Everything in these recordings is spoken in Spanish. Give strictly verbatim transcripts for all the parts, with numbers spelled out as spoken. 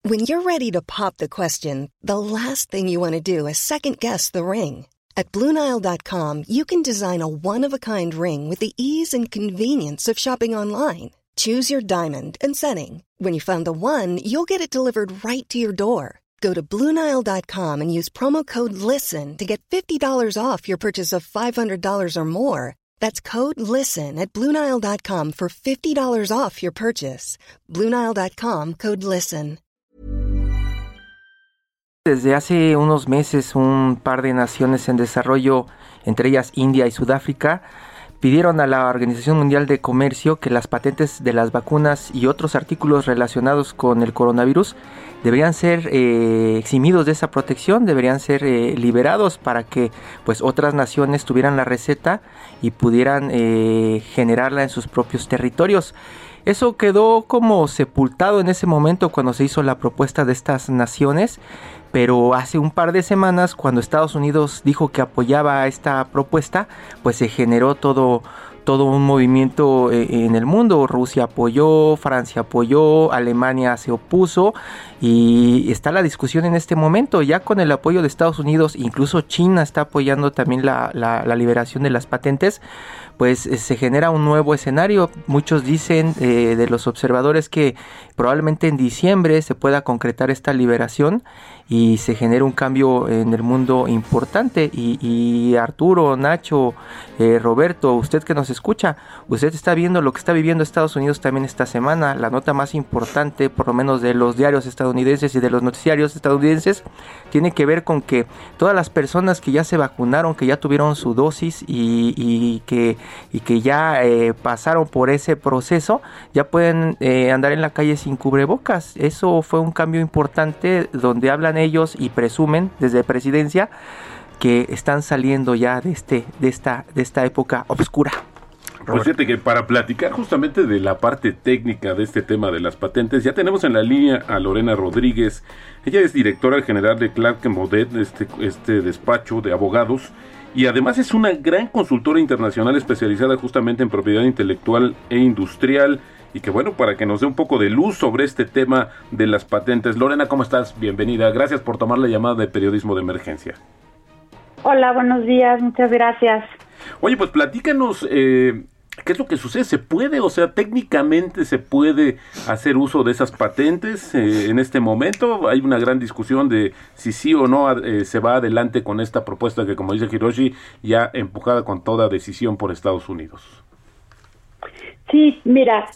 When you're ready to pop the question, the last thing you want to do is second-guess the ring. At Blue Nile dot com, you can design a one-of-a-kind ring with the ease and convenience of shopping online. Choose your diamond and setting. When you find the one, you'll get it delivered right to your door. Go to Blue Nile dot com and use promo code LISTEN to get fifty dollars off your purchase of five hundred dollars or more. That's code LISTEN at Blue Nile dot com for fifty dollars off your purchase. Blue Nile dot com, code LISTEN. Desde hace unos meses, un par de naciones en desarrollo, entre ellas India y Sudáfrica, pidieron a la Organización Mundial de Comercio que las patentes de las vacunas y otros artículos relacionados con el coronavirus deberían ser eh, eximidos de esa protección, deberían ser eh, liberados para que pues otras naciones tuvieran la receta y pudieran eh, generarla en sus propios territorios. Eso quedó como sepultado en ese momento cuando se hizo la propuesta de estas naciones, pero hace un par de semanas, cuando Estados Unidos dijo que apoyaba esta propuesta, pues se generó todo, todo un movimiento en el mundo. Rusia apoyó, Francia apoyó, Alemania se opuso y está la discusión en este momento, ya con el apoyo de Estados Unidos, incluso China está apoyando también la, la, la liberación de las patentes. Pues eh, se genera un nuevo escenario. Muchos dicen eh, de los observadores que probablemente en diciembre se pueda concretar esta liberación y se genere un cambio en el mundo importante. Y, y Arturo, Nacho, eh, Roberto, usted que nos escucha, usted está viendo lo que está viviendo Estados Unidos también esta semana. La nota más importante, por lo menos de los diarios estadounidenses y de los noticiarios estadounidenses, tiene que ver con que todas las personas que ya se vacunaron, que ya tuvieron su dosis y, y que y que ya eh, pasaron por ese proceso, ya pueden eh, andar en la calle sin cubrebocas. Eso fue un cambio importante donde hablan ellos y presumen desde presidencia que están saliendo ya de este de esta de esta época oscura. Pues fíjate que para platicar justamente de la parte técnica de este tema de las patentes, ya tenemos en la línea a Lorena Rodríguez. Ella es directora general de Clark Modet, este, este despacho de abogados, y además es una gran consultora internacional especializada justamente en propiedad intelectual e industrial, y que bueno, para que nos dé un poco de luz sobre este tema de las patentes. Lorena, ¿cómo estás? Bienvenida, gracias por tomar la llamada de Periodismo de Emergencia. Hola, buenos días, muchas gracias. Oye, pues platícanos, eh, ¿qué es lo que sucede? ¿Se puede, o sea, técnicamente se puede hacer uso de esas patentes eh, en este momento? Hay una gran discusión de si sí o no eh, se va adelante con esta propuesta que, como dice Hiroshi, ya empujada con toda decisión por Estados Unidos. Sí, mira,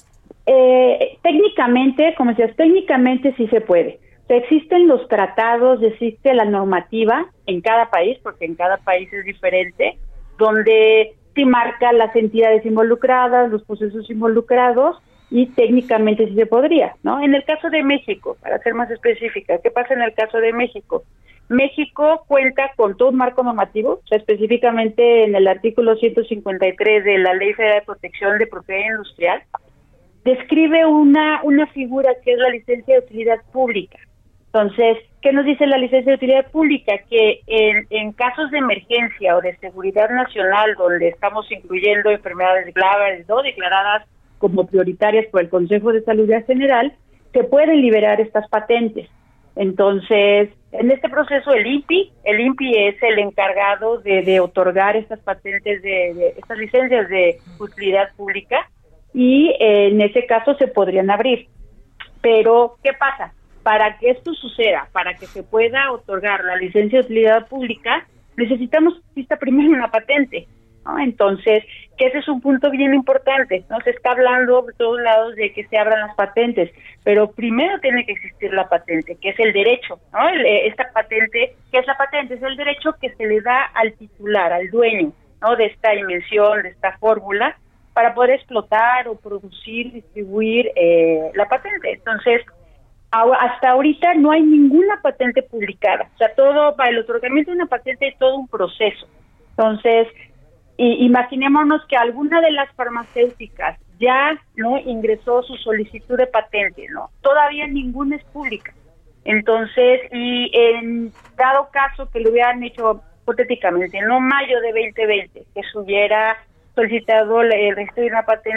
eh, técnicamente, como decías, técnicamente sí se puede. O sea, existen los tratados, existe la normativa en cada país, porque en cada país es diferente, donde sí marca las entidades involucradas, los procesos involucrados, y técnicamente sí se podría, ¿no? En el caso de México, para ser más específica, ¿qué pasa en el caso de México? México cuenta con todo un marco normativo, o sea, específicamente en el artículo ciento cincuenta y tres de la Ley Federal de Protección de Propiedad Industrial, describe una, una figura que es la licencia de utilidad pública. Entonces, ¿qué nos dice la licencia de utilidad pública? Que en, en casos de emergencia o de seguridad nacional, donde estamos incluyendo enfermedades graves no declaradas como prioritarias por el Consejo de Salud General, se pueden liberar estas patentes. Entonces, en este proceso el I N P I, el I N P I es el encargado de, de otorgar estas patentes, de, de estas licencias de utilidad pública, y eh, en ese caso se podrían abrir. Pero, ¿qué pasa? Para que esto suceda, para que se pueda otorgar la licencia de utilidad pública, necesitamos que exista primero una patente, ¿no? Entonces, que ese es un punto bien importante, ¿no? Se está hablando de todos lados de que se abran las patentes, pero primero tiene que existir la patente, que es el derecho, ¿no? El, esta patente, ¿qué es la patente? Es el derecho que se le da al titular, al dueño, ¿no? De esta invención, de esta fórmula, para poder explotar o producir, distribuir eh, la patente. Entonces, hasta ahorita no hay ninguna patente publicada. O sea, todo para el otorgamiento de una patente es todo un proceso. Entonces, y, imaginémonos que alguna de las farmacéuticas ya no ingresó su solicitud de patente, ¿no? Todavía ninguna es pública. Entonces, y en dado caso que lo hubieran hecho hipotéticamente, no mayo de veinte veinte, que se hubiera solicitado el registro de una patente,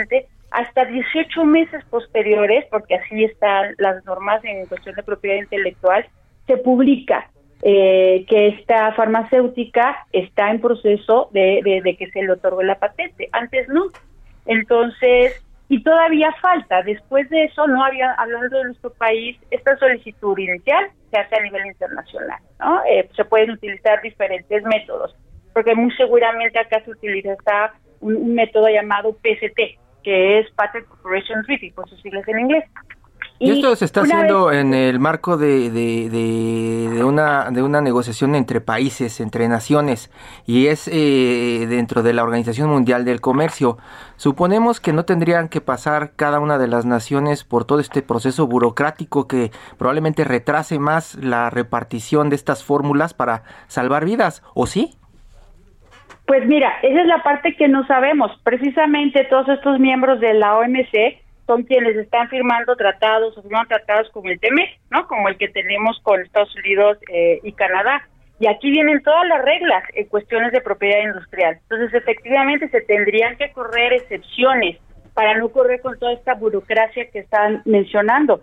hasta dieciocho meses posteriores, porque así están las normas en cuestión de propiedad intelectual, se publica eh, que esta farmacéutica está en proceso de, de, de que se le otorgue la patente. Antes no. Entonces, y todavía falta. Después de eso, no había, hablando de nuestro país, esta solicitud inicial se hace a nivel internacional, ¿no? Eh, se pueden utilizar diferentes métodos, porque muy seguramente acá se utiliza un, un método llamado P C T, que es Patent Cooperation Treaty, por sus siglas en inglés. Y, y esto se está haciendo vez... en el marco de, de, de, de, una, de una negociación entre países, entre naciones, y es eh, dentro de la Organización Mundial del Comercio. Suponemos que no tendrían que pasar cada una de las naciones por todo este proceso burocrático que probablemente retrase más la repartición de estas fórmulas para salvar vidas, ¿o sí? Pues mira, esa es la parte que no sabemos. Precisamente todos estos miembros de la O M C son quienes están firmando tratados o firman tratados como el T M E C, ¿no? Como el que tenemos con Estados Unidos eh, y Canadá. Y aquí vienen todas las reglas en cuestiones de propiedad industrial. Entonces, efectivamente, se tendrían que correr excepciones para no correr con toda esta burocracia que están mencionando.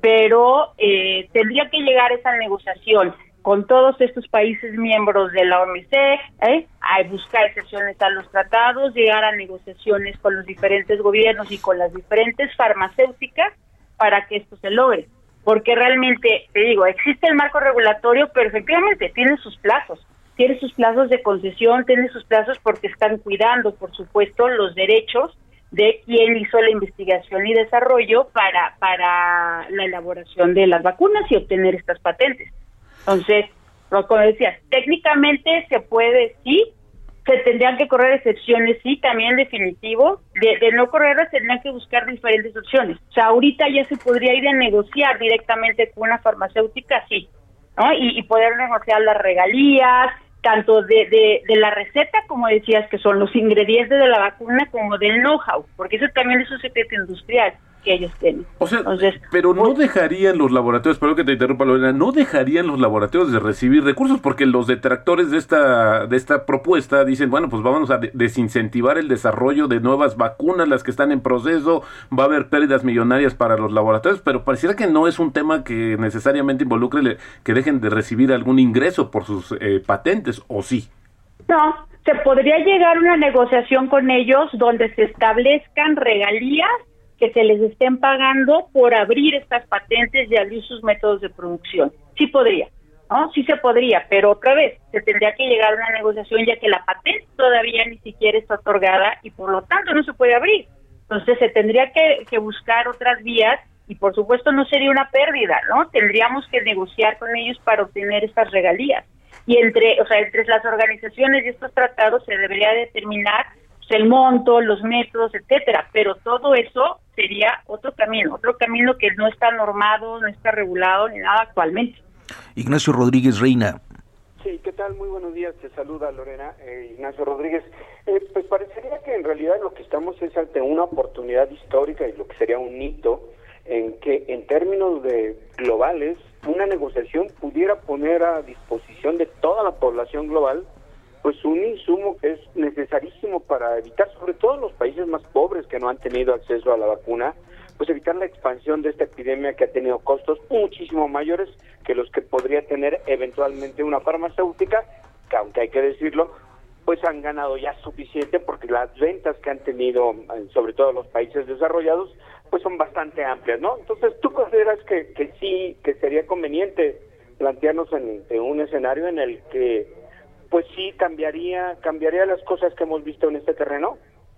Pero eh, tendría que llegar esa negociación con todos estos países miembros de la O M C, ¿eh? a buscar excepciones a los tratados, llegar a negociaciones con los diferentes gobiernos y con las diferentes farmacéuticas para que esto se logre. Porque realmente, te digo, existe el marco regulatorio, pero efectivamente tiene sus plazos, tiene sus plazos de concesión, tiene sus plazos porque están cuidando, por supuesto, los derechos de quien hizo la investigación y desarrollo para, para la elaboración de las vacunas y obtener estas patentes. Entonces, como decías, técnicamente se puede, sí, se tendrían que correr excepciones, sí, también definitivo, de, de no correrlas tendrían que buscar diferentes opciones. O sea, ahorita ya se podría ir a negociar directamente con una farmacéutica, sí, ¿no? Y, y poder negociar las regalías, tanto de, de, de la receta, como decías, que son los ingredientes de la vacuna, como del know-how, porque eso también es un secreto industrial que ellos tienen. O sea, Entonces, pero no pues, dejarían los laboratorios, perdón que te interrumpa, Lorena, no dejarían los laboratorios de recibir recursos, porque los detractores de esta de esta propuesta dicen, bueno, pues vamos a de- desincentivar el desarrollo de nuevas vacunas, las que están en proceso, va a haber pérdidas millonarias para los laboratorios, pero pareciera que no es un tema que necesariamente involucre le- que dejen de recibir algún ingreso por sus eh, patentes, ¿o sí? No, se podría llegar a una negociación con ellos donde se establezcan regalías que se les estén pagando por abrir estas patentes y abrir sus métodos de producción. Sí podría, ¿no? Sí se podría, pero otra vez, se tendría que llegar a una negociación ya que la patente todavía ni siquiera está otorgada y por lo tanto no se puede abrir. Entonces se tendría que, que buscar otras vías y por supuesto no sería una pérdida, ¿no? Tendríamos que negociar con ellos para obtener estas regalías. Y entre, o sea, entre las organizaciones y estos tratados se debería determinar el monto, los métodos, etcétera, pero todo eso sería otro camino, otro camino que no está normado, no está regulado ni nada actualmente. Ignacio Rodríguez Reina. Sí, ¿qué tal? Muy buenos días, te saluda Lorena, eh, Ignacio Rodríguez. Eh, pues parecería que en realidad lo que estamos es ante una oportunidad histórica y lo que sería un hito en que en términos de globales, una negociación pudiera poner a disposición de toda la población global pues un insumo que es necesarísimo para evitar, sobre todo en los países más pobres que no han tenido acceso a la vacuna, pues evitar la expansión de esta epidemia que ha tenido costos muchísimo mayores que los que podría tener eventualmente una farmacéutica, que aunque hay que decirlo, pues han ganado ya suficiente porque las ventas que han tenido, sobre todo en los países desarrollados, pues son bastante amplias, ¿no? Entonces, ¿tú consideras que, que sí, que sería conveniente plantearnos en, en un escenario en el que pues sí cambiaría cambiaría las cosas que hemos visto en este terreno?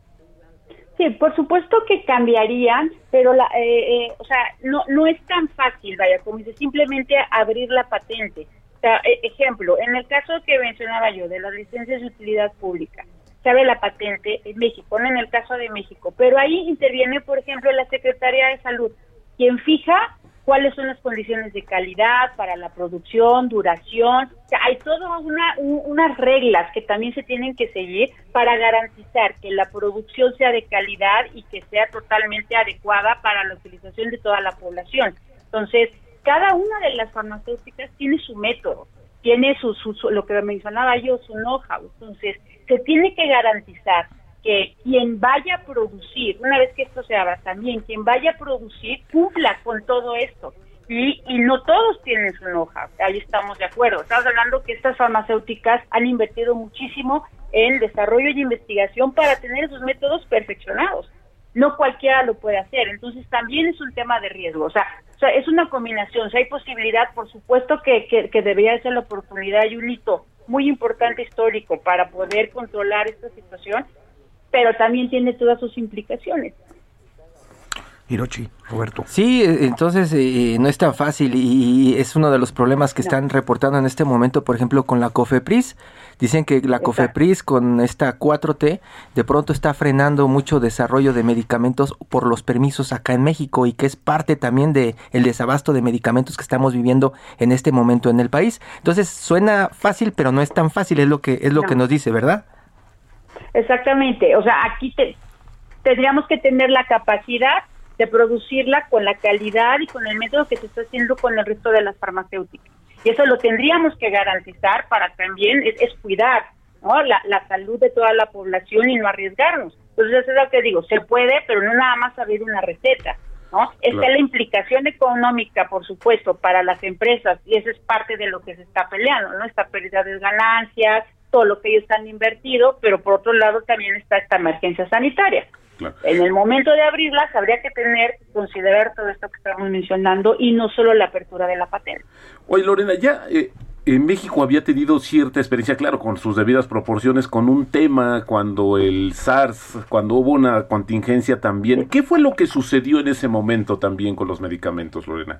Sí, por supuesto que cambiarían, pero la, eh, eh, o sea, no no es tan fácil, vaya, como dice, simplemente abrir la patente. O sea, eh, ejemplo, en el caso que mencionaba yo de las licencias de utilidad pública, se abre la patente en México, no en el caso de México, pero ahí interviene, por ejemplo, la Secretaría de Salud, quien fija cuáles son las condiciones de calidad para la producción, duración. O sea, hay todas una, un, unas reglas que también se tienen que seguir para garantizar que la producción sea de calidad y que sea totalmente adecuada para la utilización de toda la población. Entonces, cada una de las farmacéuticas tiene su método, tiene su, su, su lo que mencionaba yo, su know-how. Entonces, se tiene que garantizar que quien vaya a producir, una vez que esto se haga, también quien vaya a producir cumpla con todo esto. Y, y no todos tienen su know-how, ahí estamos de acuerdo. Estamos hablando que estas farmacéuticas han invertido muchísimo en desarrollo y investigación para tener esos métodos perfeccionados. No cualquiera lo puede hacer, entonces también es un tema de riesgo. O sea, o sea es una combinación. Si hay posibilidad, por supuesto que, que, que debería ser la oportunidad y un hito muy importante histórico para poder controlar esta situación, pero también tiene todas sus implicaciones. Hiroshi, Roberto. Sí, entonces eh, no es tan fácil y, y es uno de los problemas que no. están reportando en este momento, por ejemplo, con la COFEPRIS. Dicen que la Exacto. COFEPRIS con esta cuatro T de pronto está frenando mucho desarrollo de medicamentos por los permisos acá en México y que es parte también de el desabasto de medicamentos que estamos viviendo en este momento en el país. Entonces suena fácil, pero no es tan fácil, es lo que es lo no. que nos dice, ¿verdad? Exactamente, o sea, aquí te, tendríamos que tener la capacidad de producirla con la calidad y con el método que se está haciendo con el resto de las farmacéuticas. Y eso lo tendríamos que garantizar para también, es, es cuidar, ¿no? la, la salud de toda la población y no arriesgarnos. Entonces eso es lo que digo, se puede, pero no nada más abrir una receta, ¿no? Está claro. La implicación económica, por supuesto, para las empresas, y eso es parte de lo que se está peleando, ¿no? Esta pérdida de ganancias, todo lo que ellos han invertido, pero por otro lado también está esta emergencia sanitaria. Claro. En el momento de abrirlas habría que tener, considerar todo esto que estamos mencionando y no solo la apertura de la patente. Oye, Lorena, ya eh, en México había tenido cierta experiencia, claro, con sus debidas proporciones, con un tema cuando el SARS, cuando hubo una contingencia también. ¿Qué fue lo que sucedió en ese momento también con los medicamentos, Lorena?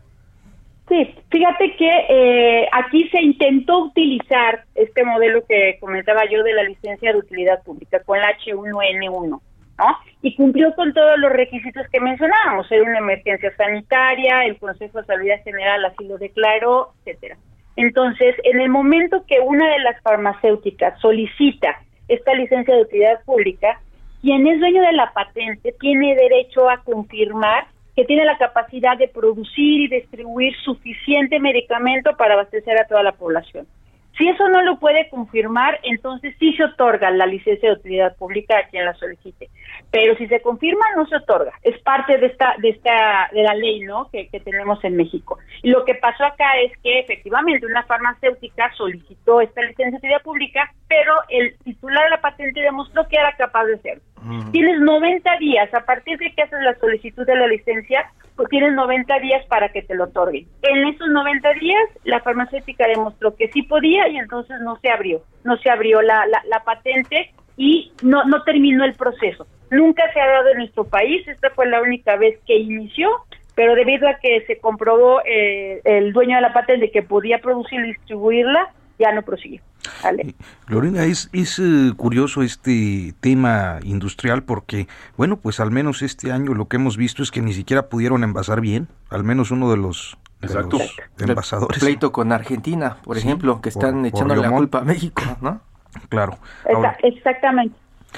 Sí, fíjate que eh, aquí se intentó utilizar este modelo que comentaba yo de la licencia de utilidad pública con la H uno N uno, ¿no? Y cumplió con todos los requisitos que mencionábamos, era una emergencia sanitaria, el Consejo de Salud General así lo declaró, etcétera. Entonces, en el momento que una de las farmacéuticas solicita esta licencia de utilidad pública, quien es dueño de la patente tiene derecho a confirmar que tiene la capacidad de producir y distribuir suficiente medicamento para abastecer a toda la población. Si eso no lo puede confirmar, entonces sí se otorga la licencia de utilidad pública a quien la solicite. Pero si se confirma, no se otorga. Es parte de esta de esta de la ley, ¿no? Que, que tenemos en México. Y lo que pasó acá es que efectivamente una farmacéutica solicitó esta licencia de utilidad pública, pero el titular de la patente demostró que era capaz de hacerlo. Uh-huh. Tienes noventa días, a partir de que haces la solicitud de la licencia, pues tienes noventa días para que te lo otorguen. En esos noventa días, la farmacéutica demostró que sí podía y entonces no se abrió, no se abrió la, la, la patente y no, no terminó el proceso. Nunca se ha dado en nuestro país, esta fue la única vez que inició, pero debido a que se comprobó eh, el dueño de la patente que podía producir y distribuirla, ya no prosiguió. ¿Vale? Lorena, es, es uh, curioso este tema industrial porque, bueno, pues al menos este año lo que hemos visto es que ni siquiera pudieron envasar bien, al menos uno de los, de los envasadores. El pleito con Argentina, por sí, ejemplo, que están por, echándole por la culpa a México, ¿no? Claro. Ahora, exactamente.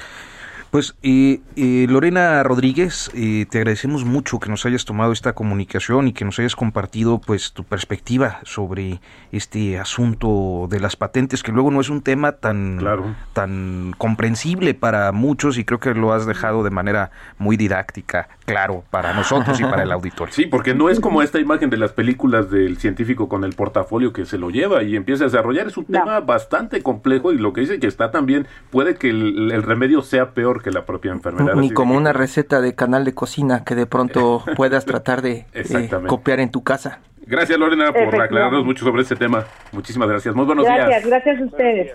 Pues eh, eh, Lorena Rodríguez, eh, te agradecemos mucho que nos hayas tomado esta comunicación y que nos hayas compartido pues tu perspectiva sobre este asunto de las patentes, que luego no es un tema tan, claro. tan comprensible para muchos y creo que lo has dejado de manera muy didáctica, claro, para nosotros y para el auditorio. Sí, porque no es como esta imagen de las películas del científico con el portafolio que se lo lleva y empieza a desarrollar, es un no. tema bastante complejo y lo que dice que está también, puede que el, el remedio sea peor que la propia enfermedad. Ni como una receta de canal de cocina que de pronto puedas tratar de eh, copiar en tu casa. Gracias, Lorena, por aclararnos mucho sobre este tema. Muchísimas gracias. Muy buenos gracias, días. Gracias, gracias a ustedes.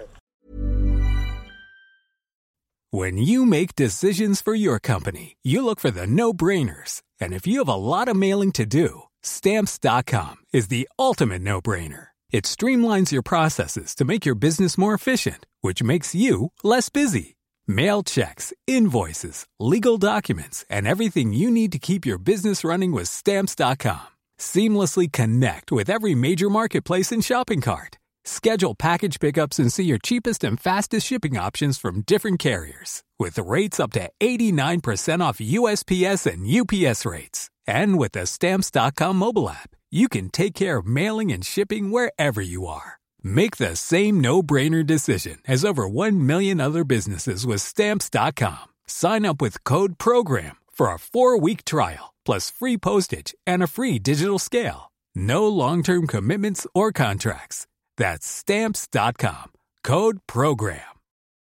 When you make decisions for your company, you look for the no-brainers. And if you have a lot of mailing to do, Stamps dot com is the ultimate no-brainer. It streamlines your processes to make your business more efficient, which makes you less busy. Mail checks, invoices, legal documents, and everything you need to keep your business running with Stamps dot com. Seamlessly connect with every major marketplace and shopping cart. Schedule package pickups and see your cheapest and fastest shipping options from different carriers. With rates up to eighty-nine percent off U S P S and U P S rates. And with the Stamps dot com mobile app, you can take care of mailing and shipping wherever you are. Make the same no-brainer decision as over one million other businesses with Stamps dot com. Sign up with code PROGRAM for a four-week trial, plus free postage and a free digital scale. No long-term commitments or contracts. That's Stamps dot com. Code PROGRAM.